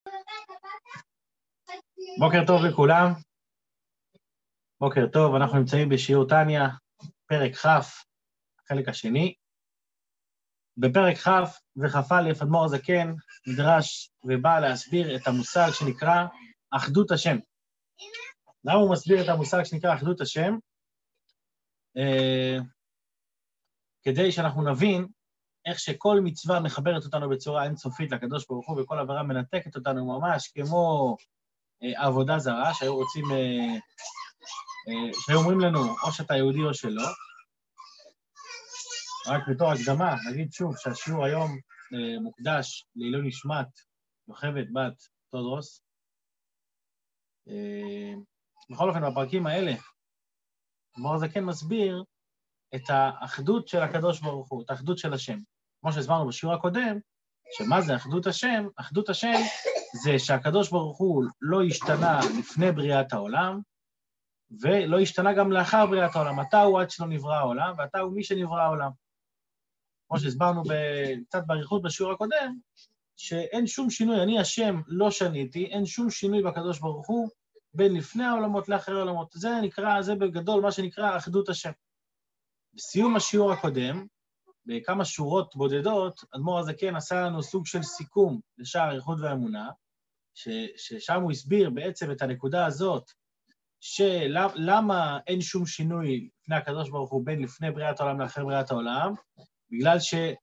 בוקר טוב לכולם. בוקר טוב, אנחנו נמצאים בשיעור תניא, פרק כ', החלק השני. בפרק כ' וכ"א אדמו"ר הזקן נדרש ובא להסביר את המושג שנקרא אחדות השם. למה הוא מסביר את המושג שנקרא אחדות השם? כדי שאנחנו נבין איך שכל מצווה מחברת אותנו בצורה אינסופית לקדוש ברוך הוא, וכל עבירה מנתקת אותנו ממש כמו עבודה זרה, שהיו אומרים לנו או שאתה יהודי או שלא. רק בתור הקדמה, נגיד שוב שהשיעור היום מוקדש לעילוי נשמת יוכבד בת תודרוס. בכל אופן, בפרקים האלה, אדמו"ר הזקן מסביר את האחדות של הקדוש ברוך הוא, את האחדות של השם. כמו שהסברנו בשיעור הקודם, שמה זה אחדות השם? אחדות השם זה שהקדוש ברוך הוא לא השתנה לפני בריאת העולם, ולא השתנה גם לאחר בריאת העולם. אתה הוא עד שלא נברא העולם, ואתה הוא מי שנברא העולם. כמו שהסברנו קצת באריכות בשיעור הקודם, שאין שום שינוי, אני השם לא שניתי, אין שום שינוי בקדוש ברוך הוא, בין לפני העולמות לאחרי העולמות. זה בגדול מה שנקרא אחדות השם. בסיום השיעור הקודם, בכמה שורות בודדות, אדמו"ר הזקן עשה לנו סוג של סיכום לשער האריכות והאמונה, ששם הוא הסביר בעצם את הנקודה הזאת, שלמה אין שום שינוי לפני הקדוש ברוך הוא בין לפני בריאת העולם לאחרי בריאת העולם, בגלל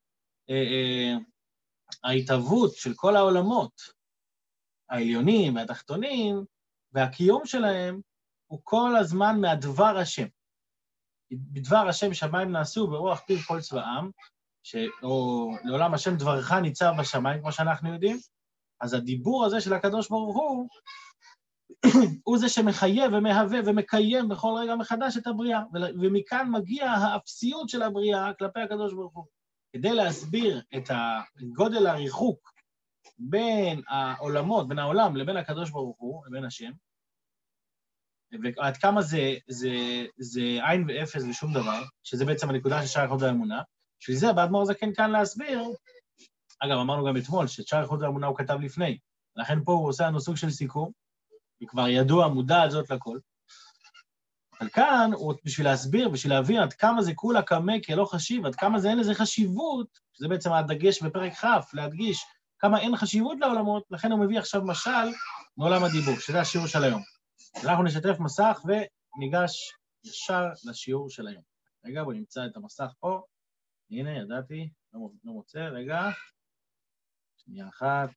שההתהוות של כל העולמות, העליונים והתחתונים, והקיום שלהם, הוא כל הזמן מהדבר השם. בדבר השם שמיים נעשו ברוח פיו כל צבאם, או לעולם השם דברך ניצב בשמיים, כמו שאנחנו יודעים, אז הדיבור הזה של הקדוש ברוך הוא זה שמחייב ומהווה ומקיים בכל רגע מחדש את הבריאה, ומכאן מגיע האפסיות של הבריאה כלפי הקדוש ברוך הוא. כדי להסביר את גודל הריחוק בין העולמות, בין העולם לבין הקדוש ברוך הוא, לבין השם, ועד כמה זה עין ואפס ושום דבר, שזה בעצם הנקודה של שער האריכות והאמונה, בשביל זה בא אדמו"ר הזקן כאן להסביר, אגב, אמרנו גם אתמול ששער האריכות והאמונה הוא כתב לפני, לכן פה הוא עושה לנו סוג של סיכום, וכבר ידוע, מודע על זאת לכל. אבל כאן, בשביל להסביר, בשביל להבין עד כמה זה כולה קמה כלא חשיב, עד כמה זה אין לזה חשיבות, שזה בעצם הדגש בפרק כ', להדגיש כמה אין חשיבות לעולמות, לכן הוא מביא עכשיו משל מעולם הדיבור, שזה השיעור של היום. אנחנו נשתף מסך וניגש ישר לשיעור של היום. רגע, בוא נמצא את המסך פה. הנה, ידעתי, לא מוצא, רגע. שנייה אחת.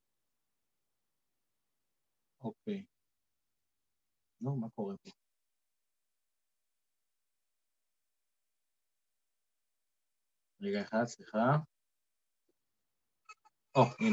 אוקיי. נו, מה קורה פה? רגע אחד, סליחה. הנה.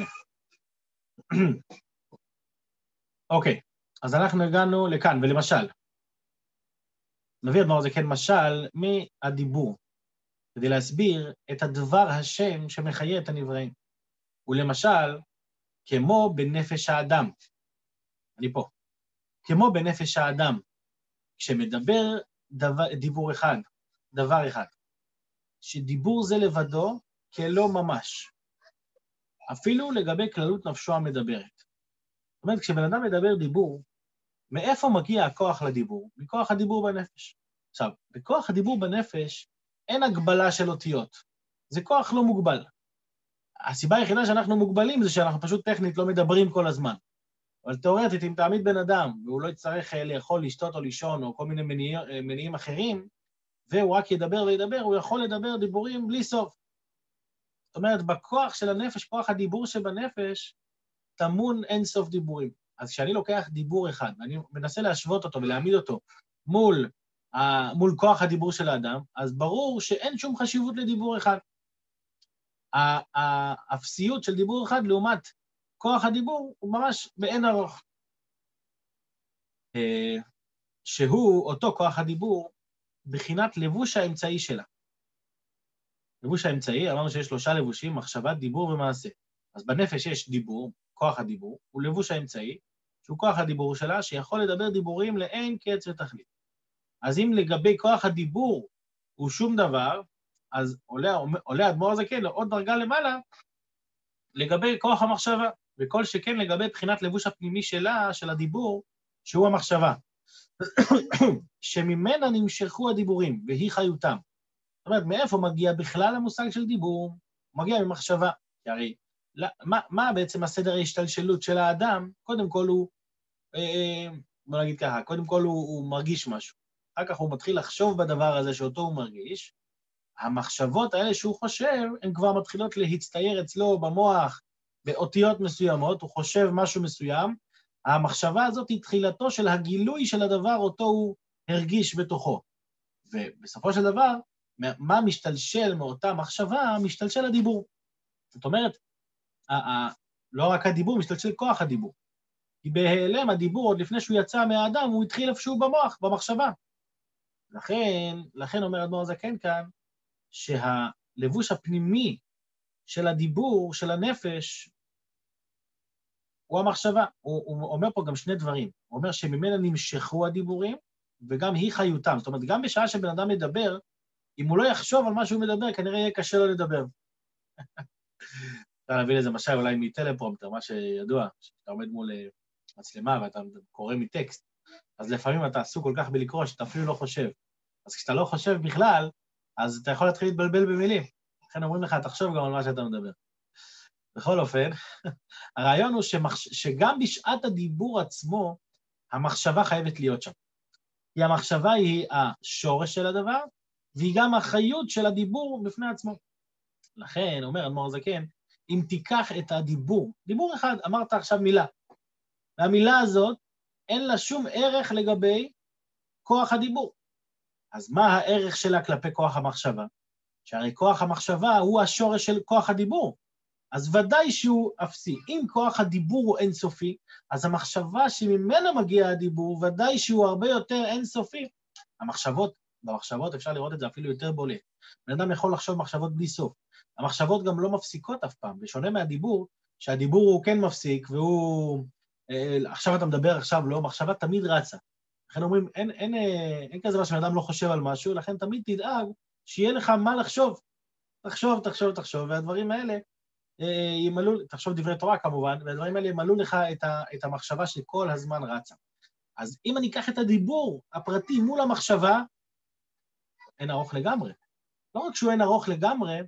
אוקיי, אז אנחנו הגענו לכאן, ולמשל, נביא אדמו"ר הזקן משל מהדיבור, כדי להסביר את הדבר השם שמחיה את הנבראים. ולמשל, כמו בנפש האדם. אני פה. כמו בנפש האדם, כשמדבר דיבור אחד, דבר אחד, שדיבור זה לבדו כלא ממש, אפילו לגבי כללות נפשו המדברת. זאת אומרת, כשבן אדם מדבר דיבור, מאיפה מגיע הכוח לדיבור? מכוח הדיבור בנפש. עכשיו, בכוח הדיבור בנפש אין הגבלה של אותיות. זה כוח לא מוגבל. הסיבה היחידה שאנחנו מוגבלים זה שאנחנו פשוט טכנית לא מדברים כל הזמן. אבל תיאורטית, אם תעמיד בן אדם, והוא לא יצטרך לאכול, לשתות או לישון, או כל מיני מניעים אחרים, והוא רק ידבר וידבר, הוא יכול לדבר דיבורים בלי סוף. זאת אומרת, בכוח של הנפש, כוח הדיבור שבנפש, תמון אין סוף דיבורים. אז כשאני לוקח דיבור אחד, ואני מנסה להשוות אותו ולהעמיד אותו מול כוח הדיבור של האדם, אז ברור שאין שום חשיבות לדיבור אחד. האפסיות של דיבור אחד לעומת כוח הדיבור הוא ממש באין ארוך. שהוא אותו כוח הדיבור בחינת לבוש האמצעי שלה. לבוש האמצעי, אמרנו שיש 3 לבושים, מחשבת, דיבור ומעשה. אז בנפש יש דיבור, כוח הדיבור, הוא לבוש האמצעי, שהוא כוח הדיבור שלה, שיכול לדבר דיבורים לאין קץ ותכלית. אז אם לגבי כוח הדיבור הוא שום דבר, אז עולה אדמו"ר הזקן עוד דרגה למעלה, לגבי כוח המחשבה. וכל שכן לגבי בחינת לבוש הפנימי שלה, של הדיבור, שהוא המחשבה, שממנה נמשכו הדיבורים, והיא חיותם. זאת אומרת, מאיפה מגיע בכלל המושג של דיבור? הוא מגיע ממחשבה. כי הרי, מה בעצם הסדר ההשתלשלות של האדם? קודם כל הוא, בוא נגיד ככה, קודם כל הוא מרגיש משהו. אחר כך הוא מתחיל לחשוב בדבר הזה שאותו הוא מרגיש. המחשבות האלה שהוא חושב, הן כבר מתחילות להצטייר אצלו במוח באותיות מסוימות, הוא חושב משהו מסוים, המחשבה הזאת היא תחילתו של הגילוי של הדבר אותו הוא הרגיש בתוכו. ובסופו של דבר, מה משתלשל מאותה מחשבה? משתלשל הדיבור. זאת אומרת, לא רק הדיבור, משתלשל כוח הדיבור. כי בהיעלם הדיבור, עוד לפני שהוא יצא מהאדם, הוא התחיל איפשהו במוח, במחשבה. לכן אומר אדמו"ר הזקן כאן, שהלבוש הפנימי של הדיבור, של הנפש, הוא המחשבה. הוא אומר פה גם שני דברים. הוא אומר שממנה נמשכו הדיבורים, וגם היא חיותם. זאת אומרת, גם בשעה שבן אדם מדבר, אם הוא לא יחשוב על מה שהוא מדבר, כנראה יהיה קשה לו לדבר. אפשר להביא לזה משל אולי מטלפרומפטר, מה שידוע, שאתה עומד מול מצלמה ואתה קורא מטקסט, אז לפעמים אתה עסוק כל כך בלקרוא שאתה אפילו לא חושב. אז כשאתה לא חושב בכלל, אז אתה יכול להתחיל להתבלבל במילים. לכן אומרים לך, תחשוב גם על מה שאתה מדבר. בכל אופן, הרעיון הוא שגם בשעת הדיבור עצמו, המחשבה חייבת להיות שם. כי המחשבה היא השורש של הדבר, והיא גם החיות של הדיבור בפני עצמו. לכן, אומר אדמו"ר הזקן, אם תיקח את הדיבור, דיבור אחד, אמרת עכשיו מילה, והמילה הזאת אין לה שום ערך לגבי כוח הדיבור. אז מה הערך שלה כלפי כוח המחשבה? שהרי כוח המחשבה הוא השורש של כוח הדיבור. אז ודאי שהוא אפסי. אם כוח הדיבור הוא אינסופי, אז המחשבה שממנה מגיע הדיבור, ודאי שהוא הרבה יותר אינסופי. במחשבות אפשר לראות את זה אפילו יותר בולט. בן אדם יכול לחשוב מחשבות בלי סוף. המחשבות גם לא מפסיקות אף פעם, בשונה מהדיבור, שהדיבור הוא כן מפסיק, והוא... עכשיו אתה מדבר, עכשיו לא, מחשבה תמיד רצה. לכן אומרים, אין כזה מה שבן אדם לא חושב על משהו, לכן תמיד תדאג שיהיה לך מה לחשוב. תחשוב, והדברים האלה ימלאו, תחשוב דברי תורה כמובן, והדברים האלה ימלאו לך את המחשבה שכל הזמן רצה. אז אם אני אקח את הדיבור הפרטי מול המחשבה, אין ארוך לגמרי. לא רק שהוא אין ארוך לגמרי,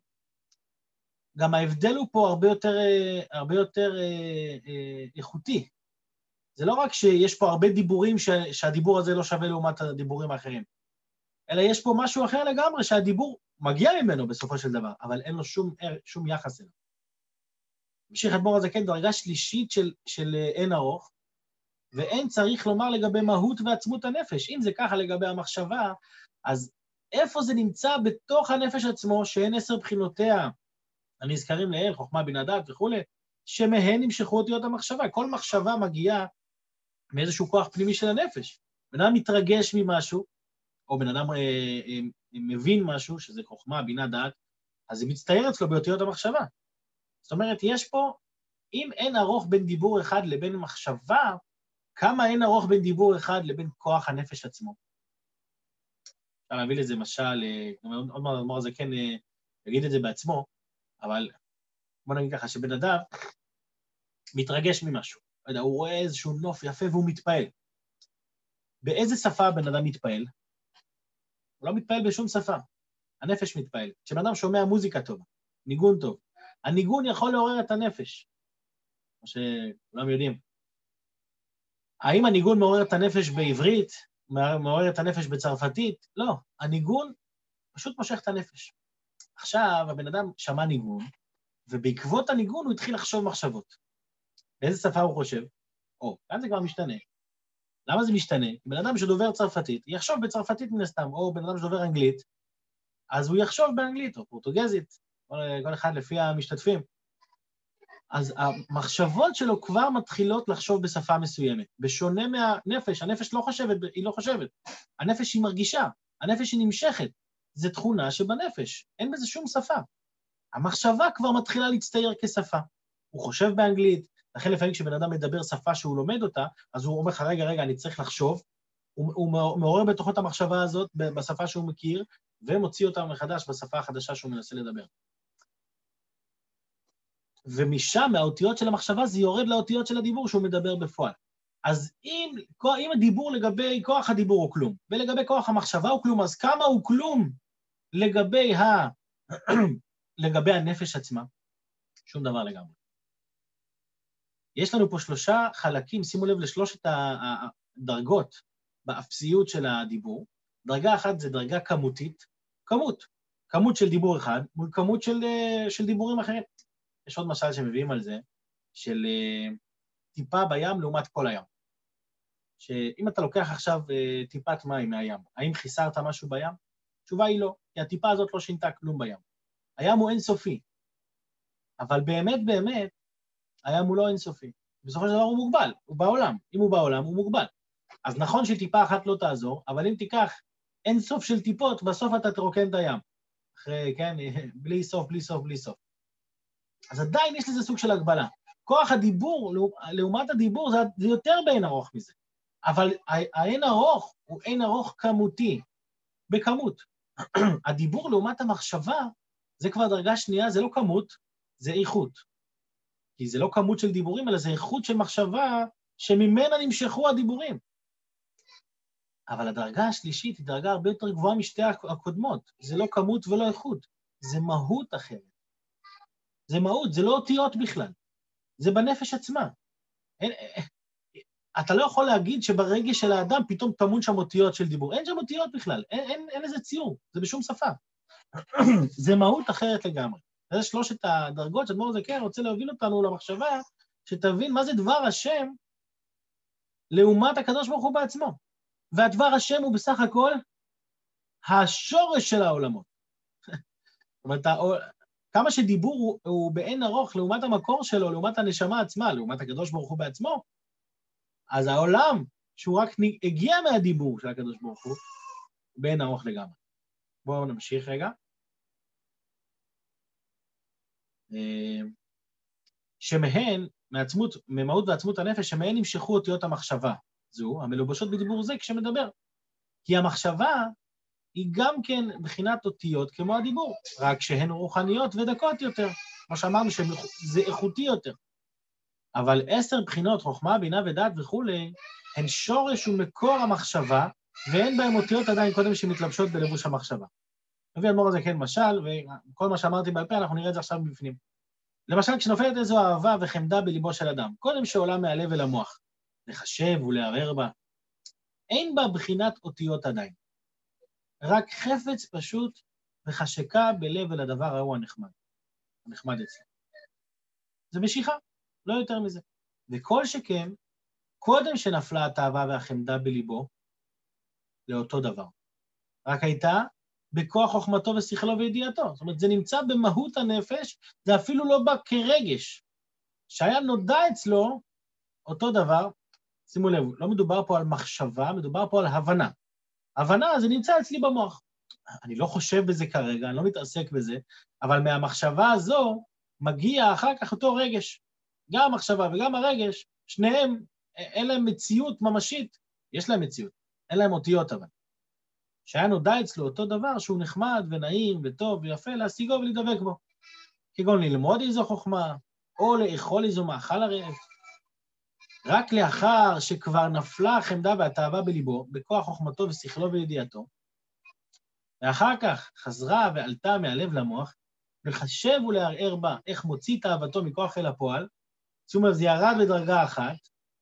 גם ההבדל הוא פה הרבה יותר איכותי. זה לא רק שיש פה הרבה דיבורים שהדיבור הזה לא שווה לעומת הדיבורים האחרים, אלא יש פה משהו אחר לגמרי שהדיבור מגיע ממנו בסופו של דבר, אבל אין לו שום יחס אליו. ממשיך אדמו"ר הזקן, דרגה שלישית של אין ארוך, ואין צריך לומר לגבי מהות ועצמות הנפש. אם זה ככה לגבי המחשבה, אז איפה זה נמצא בתוך הנפש עצמו, שאין 10 בחינותיה, הנזכרים לעיל, חוכמה, בינה דעת וכו', שמהן נמשכו אותיות המחשבה. כל מחשבה מגיעה מאיזשהו כוח פנימי של הנפש. בן אדם מתרגש ממשהו, או בן אדם מבין משהו, שזה חוכמה, בינה דעת, אז זה מצטייר אצלו באותיות המחשבה. זאת אומרת, יש פה, אם אין ארוך בין דיבור אחד לבין מחשבה, כמה אין ארוך בין דיבור אחד לבין כוח הנפש עצמו. אפשר להביא לזה משל, עוד מעט אדמו"ר הזה כן יגיד את זה בעצמו, אבל בוא נגיד ככה, שבן אדם מתרגש ממשהו, הוא רואה איזשהו נוף יפה והוא מתפעל. באיזה שפה בן אדם מתפעל? הוא לא מתפעל בשום שפה, הנפש מתפעל. כשבן אדם שומע מוזיקה טובה, ניגון טוב, הניגון יכול לעורר את הנפש, כמו שכולם יודעים. האם הניגון מעורר את הנפש בעברית, מעורר את הנפש בצרפתית? לא, הניגון פשוט מושך את הנפש. עכשיו הבן אדם שמע ניגון, ובעקבות הניגון הוא התחיל לחשוב מחשבות. באיזה שפה הוא חושב? כאן זה כבר משתנה. למה זה משתנה? כי בן אדם שדובר צרפתית, יחשוב בצרפתית מן הסתם, או בן אדם שדובר אנגלית, אז הוא יחשוב באנגלית, או פורטוגזית, כל אחד לפי המשתתפים. אז המחשבות שלו כבר מתחילות לחשוב בשפה מסוימת. בשונה מהנפש, הנפש לא חושבת, היא לא חושבת. הנפש היא מרגישה, הנפש היא נמשכת. זו תכונה שבנפש, אין בזה שום שפה. המחשבה כבר מתחילה להצטייר כשפה. הוא חושב באנגלית, לכן לפעמים כשבן אדם מדבר שפה שהוא לומד אותה, אז הוא אומר לך, רגע, אני צריך לחשוב, הוא מעורר בתוכו את המחשבה הזאת בשפה שהוא מכיר, ומוציא אותה מחדש בשפה החדשה שהוא מנסה לדבר. ומשם, מהאותיות של המחשבה, זה יורד לאותיות של הדיבור שהוא מדבר בפועל. אז אם הדיבור לגבי כוח הדיבור הוא כלום, ולגבי כוח המחשבה הוא כלום, אז כמה הוא כלום לגבי הנפש עצמה? שום דבר לגמרי. יש לנו פה 3 חלקים, שימו לב לשלושת הדרגות באפסיות של הדיבור. דרגה אחת זה דרגה כמותית, כמות של דיבור אחד מול כמות של דיבורים אחרים. יש עוד משל שמביאים על זה, של טיפה בים לעומת כל הים. שאם אתה לוקח עכשיו טיפת מים מהים, האם חיסרת משהו בים? התשובה היא לא, כי הטיפה הזאת לא שינתה כלום בים. הים הוא אינסופי, אבל באמת, הים הוא לא אינסופי. בסופו של דבר הוא מוגבל, הוא בעולם. אם הוא בעולם, הוא מוגבל. אז נכון שטיפה אחת לא תעזור, אבל אם תיקח אינסוף של טיפות, בסוף אתה תרוקן את הים. אחרי, כן, בלי סוף. אז עדיין יש לזה סוג של הגבלה. כוח הדיבור, לעומת הדיבור, זה יותר באין ארוך מזה. אבל האין ארוך הוא אין ארוך כמותי, בכמות. הדיבור לעומת המחשבה, זה כבר דרגה שנייה, זה לא כמות, זה איכות. כי זה לא כמות של דיבורים, אלא זה איכות של מחשבה שממנה נמשכו הדיבורים. אבל הדרגה השלישית היא דרגה הרבה יותר גבוהה משתי הקודמות. זה לא כמות ולא איכות, זה מהות אחרת. זה מהות, זה לא אותיות בכלל. זה בנפש עצמה. אתה לא יכול להגיד שברגש של האדם פתאום טמון שם אותיות של דיבור. אין שם אותיות בכלל, אין איזה ציור, זה בשום שפה. זה מהות אחרת לגמרי. זה 3 הדרגות שאדמו"ר הזקן רוצה להוביל אותנו למחשבה, שתבין מה זה דבר השם לעומת הקדוש ברוך הוא בעצמו. והדבר השם הוא בסך הכל השורש של העולמות. זאת אומרת, כמה שדיבור הוא באין ארוך לעומת המקור שלו, לעומת הנשמה עצמה, לעומת הקדוש ברוך הוא בעצמו, אז העולם, שהוא רק הגיע מהדיבור של הקדוש ברוך הוא, באין ארוך לגמרי. בואו נמשיך רגע. שמהן, ממהות ועצמות הנפש, שמהן נמשכו אותיות המחשבה זו, המלובשות בדיבור זה כשמדבר. כי המחשבה היא גם כן בחינת אותיות כמו הדיבור, רק שהן רוחניות ודקות יותר. כמו שאמרנו, שזה איכותי יותר. אבל 10 בחינות, חוכמה, בינה ודעת וכו', הן שורש ומקור המחשבה, ואין בהן אותיות עדיין קודם שמתלבשות בלבוש המחשבה. מביא אדמו"ר הזקן משל, וכל מה שאמרתי בעל פה, אנחנו נראה את זה עכשיו מבפנים. למשל, כשנופלת איזו אהבה וחמדה בליבו של אדם, קודם שעולה מהלב אל המוח, לחשב ולערער בה, אין בה בחינת אותיות עדיין. רק חפץ פשוט וחשקה בלב אל הדבר ההוא הנחמד אצלו. זה משיכה, לא יותר מזה. וכל שכן, קודם שנפלה התאווה והחמדה בליבו, לאותו דבר. רק הייתה בכוח חוכמתו ושכלו וידיעתו. זאת אומרת, זה נמצא במהות הנפש, זה אפילו לא בא כרגש. שהיה נודע אצלו אותו דבר, שימו לב, לא מדובר פה על מחשבה, מדובר פה על הבנה. הבנה זה נמצא אצלי במוח. אני לא חושב בזה כרגע, אני לא מתעסק בזה, אבל מהמחשבה הזו מגיע אחר כך אותו רגש. גם המחשבה וגם הרגש, שניהם, אין להם מציאות ממשית. יש להם מציאות, אין להם אותיות אבל. שהיה נודע אצלו אותו דבר שהוא נחמד ונעים וטוב ויפה להשיגו ולדבק בו. כגון ללמוד איזו חוכמה, או לאכול איזו מאכל הרעב. רק לאחר שכבר נפלה החמדה והתאווה בליבו, בכוח חוכמתו ושכלו וידיעתו, ואחר כך חזרה ועלתה מהלב למוח, לחשב ולערער בה איך מוציא תאוותו מכוח אל הפועל, זאת אומרת, זה ירד בדרגה אחת,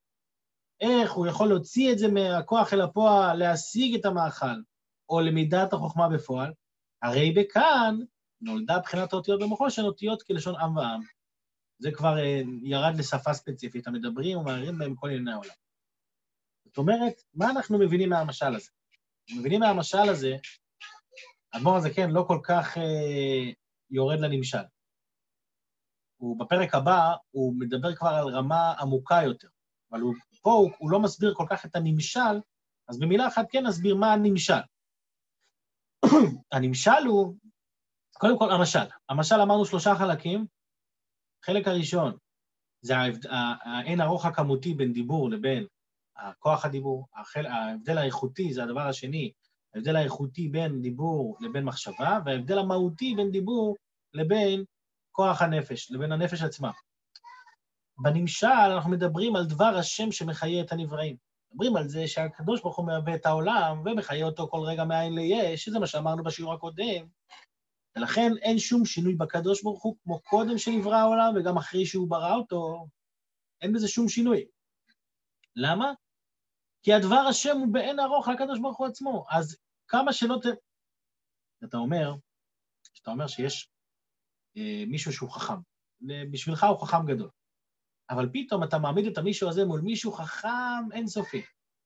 איך הוא יכול להוציא את זה מהכוח אל הפועל, להשיג את המאכל, או למידת החוכמה בפועל, הרי בכאן נולדה בחינת האותיות במוחו, שהן אותיות כלשון עם ועם. זה כבר ירד לשפה ספציפית, המדברים ומערערים בהם כל ענייני העולם. זאת אומרת, מה אנחנו מבינים מהמשל הזה? מבינים מהמשל הזה, האדמו"ר הזקן לא כל כך יורד לנמשל. בפרק הבא הוא מדבר כבר על רמה עמוקה יותר, אבל פה הוא לא מסביר כל כך את הנמשל, אז במילה אחת כן נסביר מה הנמשל. הנמשל הוא, קודם כל המשל. המשל אמרנו 3 חלקים, חלק הראשון זה האין ארוך הכמותי בין דיבור לבין כוח הדיבור, ההבדל האיכותי זה הדבר השני, ההבדל האיכותי בין דיבור לבין מחשבה, וההבדל המהותי בין דיבור לבין כוח הנפש, לבין הנפש עצמה. בנמשל אנחנו מדברים על דבר השם שמחיה את הנבראים. מדברים על זה שהקדוש ברוך הוא מהווה את העולם, ומחיה אותו כל רגע מאין ליש, שזה מה שאמרנו בשיעור הקודם. ולכן אין שום שינוי בקדוש ברוך הוא, כמו קודם שנברא העולם, וגם אחרי שהוא ברא אותו, אין בזה שום שינוי. למה? כי הדבר השם הוא באין ארוך לקדוש ברוך הוא עצמו. אז כמה שלא אתה אומר שיש מישהו שהוא חכם. בשבילך הוא חכם גדול. אבל פתאום אתה מעמיד את המישהו הזה מול מישהו חכם אינסופי.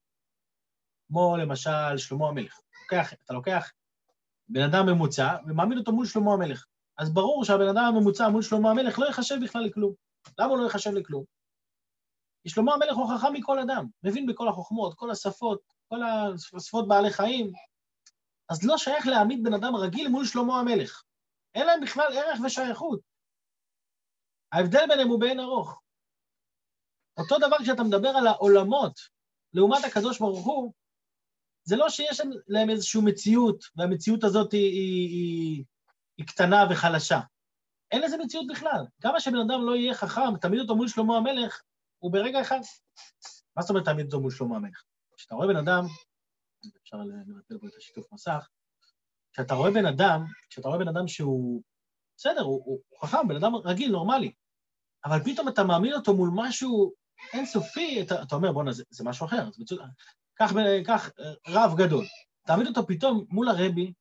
כמו למשל שלמה המלך. אתה לוקח בן אדם ממוצע ומעמיד אותו מול שלמה המלך. אז ברור שהבן אדם הממוצע מול שלמה המלך לא יחשב בכלל לכלום. למה הוא לא יחשב לכלום? כי שלמה המלך הוא חכם מכל אדם, מבין בכל החוכמות, כל השפות, כל השפות בעלי חיים. אז לא שייך להעמיד בן אדם רגיל מול שלמה המלך. אין להם בכלל ערך ושייכות. ההבדל ביניהם הוא באין ארוך. אותו דבר כשאתה מדבר על העולמות, לעומת הקדוש ברוך הוא, זה לא שיש להם איזושהי מציאות, והמציאות הזאת היא קטנה וחלשה. אין לזה מציאות בכלל. כמה שבן אדם לא יהיה חכם, תמיד אותו מול שלמה המלך, הוא ברגע אחד. מה זאת אומרת תמיד אותו מול שלמה המלך? כשאתה רואה בן אדם, אפשר לבטל פה את השיתוף מסך, כשאתה רואה בן אדם שהוא, בסדר, הוא חכם, בן אדם רגיל, נורמלי, אבל פתאום אתה מעמיד אותו מול משהו אינסופי, אתה אומר, בוא, זה משהו אחר, כך רב גדול. תעמיד אותו פתאום מול הרבי,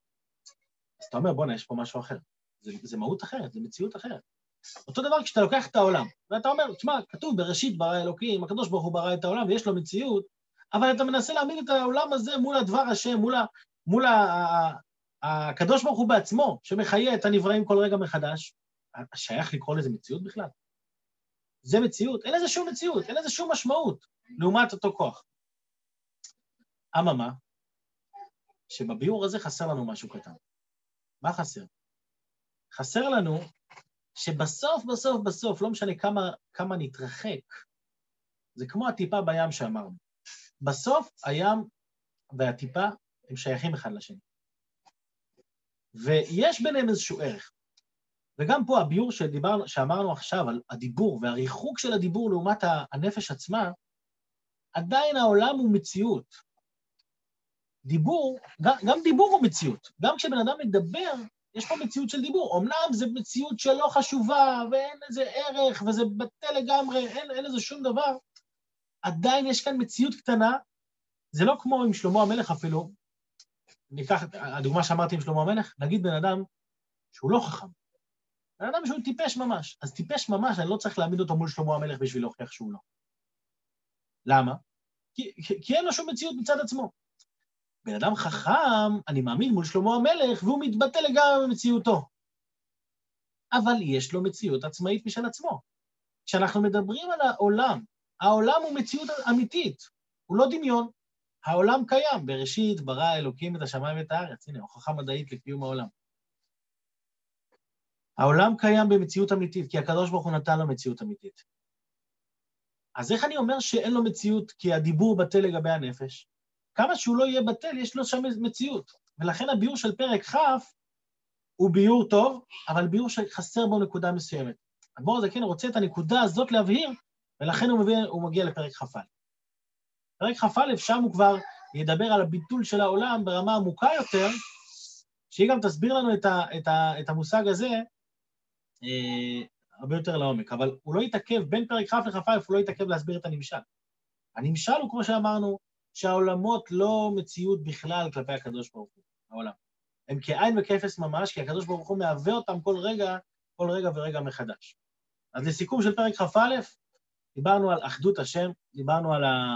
אז אתה אומר, בוא, יש פה משהו אחר. זה מהות אחרת, זה מציאות אחרת. אותו דבר כשאתה לוקח את העולם, ואתה אומר, תשמע, כתוב בראשית ברא אלוקים, הקדוש ברוך הוא ברא את העולם ויש לו מציאות, אבל אתה מנסה להעמיד את העולם הזה מול הדבר השם, מול הקדוש ברוך הוא בעצמו, שמחיה את הנבראים כל רגע מחדש, שייך לקרוא לזה מציאות בכלל? זה מציאות? אין לזה שום מציאות, אין לזה שום משמעות, לעומת אותו כוח. אממה, שבביאור הזה חסר לנו משהו קטן. מה חסר? חסר לנו שבסוף, לא משנה כמה נתרחק, זה כמו הטיפה בים שאמרנו. בסוף הים והטיפה הם שייכים אחד לשני. ויש ביניהם איזשהו ערך. וגם פה הביאור שאמרנו עכשיו על הדיבור והריחוק של הדיבור לעומת הנפש עצמה, עדיין העולם הוא מציאות. גם דיבור הוא מציאות. גם כשבן אדם מדבר, יש פה מציאות של דיבור. אמנם זו מציאות שלא חשובה, ואין איזה ערך, וזה בטל לגמרי, אין איזה שום דבר. עדיין יש כאן מציאות קטנה, זה לא כמו עם שלמה המלך אפילו. ניקח הדוגמה שאמרתי עם שלמה המלך, נגיד בן אדם שהוא לא חכם. בן אדם שהוא טיפש ממש. אז טיפש ממש, אני לא צריך להעמיד אותו מול שלמה המלך בשביל להוכיח שהוא לא. למה? כי אין לו שום מציאות מצד עצמו. בן אדם חכם, אני מאמין מול שלמה המלך, והוא מתבטא לגמרי במציאותו. אבל יש לו מציאות עצמאית משל עצמו. כשאנחנו מדברים על העולם הוא מציאות אמיתית, הוא לא דמיון. העולם קיים, בראשית ברא אלוקים את השמיים ואת הארץ. הנה, הוכחה מדעית לקיום העולם. העולם קיים במציאות אמיתית, כי הקדוש ברוך הוא נתן לו מציאות אמיתית. אז איך אני אומר שאין לו מציאות, כי הדיבור בטל לגבי הנפש? כמה שהוא לא יהיה בטל, יש לו שם מציאות. ולכן הביאור של פרק כ' הוא ביאור טוב, אבל ביאור שחסר בו נקודה מסוימת. אדמו"ר הזקן רוצה את הנקודה הזאת להבהיר, ולכן הוא מגיע לפרק כ"א. פרק כ"א, שם הוא כבר ידבר על הביטול של העולם ברמה עמוקה יותר, שהיא גם תסביר לנו את המושג הזה הרבה יותר לעומק, אבל הוא לא יתעכב, בין פרק כ' לכ"א הוא לא יתעכב להסביר את הנמשל. הנמשל הוא, כמו שאמרנו, שהעולמות לא מציאות בכלל כלפי הקדוש ברוך הוא, העולם. הם כעין וכאפס ממש, כי הקדוש ברוך הוא מהווה אותם כל רגע ורגע מחדש. אז לסיכום של פרק כ"א, דיברנו על אחדות השם, דיברנו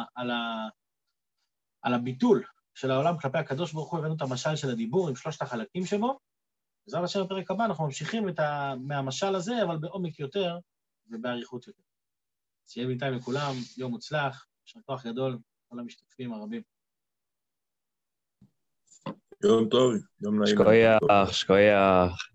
על הביטול של העולם כלפי הקדוש ברוך הוא, הבאנו את המשל של הדיבור עם שלושת החלקים שבו. בעזרת השם בפרק הבא אנחנו ממשיכים מהמשל הזה, אבל בעומק יותר ובאריכות יותר. שיהיה בינתיים לכולם, יום מוצלח, יישר כוח גדול, כל המשתתפים הרבים. יום טוב, יום נעים. שכוייח.